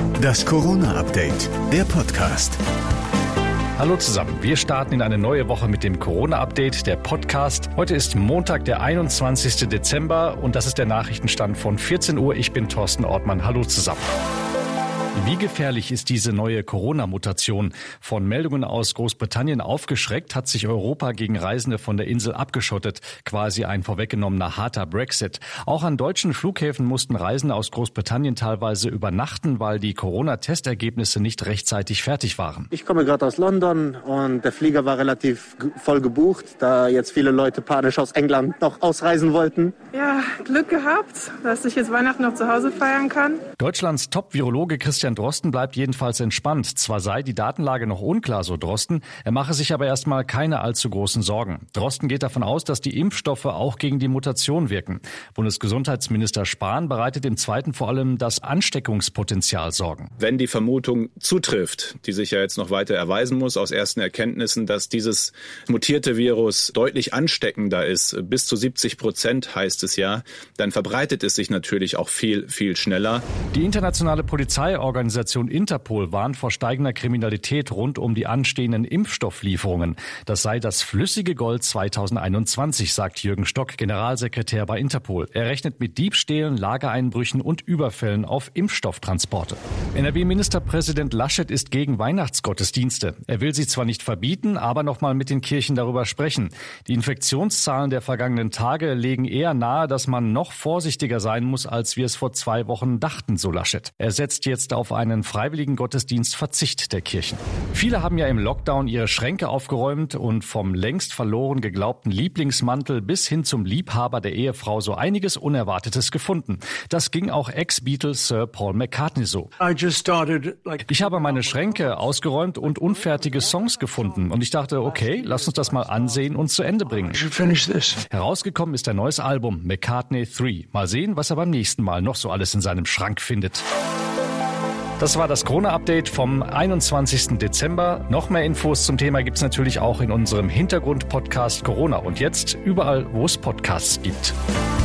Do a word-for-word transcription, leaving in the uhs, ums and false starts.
Das Corona-Update, der Podcast. Hallo zusammen, wir starten in eine neue Woche mit dem Corona-Update, der Podcast. Heute ist Montag, der einundzwanzigsten Dezember und das ist der Nachrichtenstand von vierzehn Uhr. Ich bin Thorsten Ortmann. Hallo zusammen. Wie gefährlich ist diese neue Corona-Mutation? Von Meldungen aus Großbritannien aufgeschreckt, hat sich Europa gegen Reisende von der Insel abgeschottet. Quasi ein vorweggenommener harter Brexit. Auch an deutschen Flughäfen mussten Reisende aus Großbritannien teilweise übernachten, weil die Corona-Testergebnisse nicht rechtzeitig fertig waren. Ich komme gerade aus London und der Flieger war relativ voll gebucht, da jetzt viele Leute panisch aus England noch ausreisen wollten. Ja, Glück gehabt, dass ich jetzt Weihnachten noch zu Hause feiern kann. Deutschlands Top-Virologe Christian Drosten bleibt jedenfalls entspannt. Zwar sei die Datenlage noch unklar, so Drosten, er mache sich aber erstmal keine allzu großen Sorgen. Drosten geht davon aus, dass die Impfstoffe auch gegen die Mutation wirken. Bundesgesundheitsminister Spahn bereitet im Zweiten vor allem das Ansteckungspotenzial Sorgen. Wenn die Vermutung zutrifft, die sich ja jetzt noch weiter erweisen muss aus ersten Erkenntnissen, dass dieses mutierte Virus deutlich ansteckender ist, bis zu siebzig Prozent heißt es ja, dann verbreitet es sich natürlich auch viel, viel schneller. Die internationale Polizeiorganisation Organisation Interpol warnt vor steigender Kriminalität rund um die anstehenden Impfstofflieferungen. Das sei das flüssige Gold zweitausendeinundzwanzig, sagt Jürgen Stock, Generalsekretär bei Interpol. Er rechnet mit Diebstählen, Lagereinbrüchen und Überfällen auf Impfstofftransporte. N R W-Ministerpräsident Laschet ist gegen Weihnachtsgottesdienste. Er will sie zwar nicht verbieten, aber noch mal mit den Kirchen darüber sprechen. Die Infektionszahlen der vergangenen Tage legen eher nahe, dass man noch vorsichtiger sein muss, als wir es vor zwei Wochen dachten, so Laschet. Er setzt jetzt auf einen freiwilligen Gottesdienstverzicht der Kirchen. Viele haben ja im Lockdown ihre Schränke aufgeräumt und vom längst verloren geglaubten Lieblingsmantel bis hin zum Liebhaber der Ehefrau so einiges Unerwartetes gefunden. Das ging auch Ex-Beatle Sir Paul McCartney so. Ich habe meine Schränke ausgeräumt und unfertige Songs gefunden und ich dachte, okay, lass uns das mal ansehen und zu Ende bringen. Herausgekommen ist ein neues Album, McCartney drei. Mal sehen, was er beim nächsten Mal noch so alles in seinem Schrank findet. Das war das Corona-Update vom einundzwanzigsten Dezember. Noch mehr Infos zum Thema gibt's natürlich auch in unserem Hintergrund-Podcast Corona. Und jetzt überall, wo es Podcasts gibt.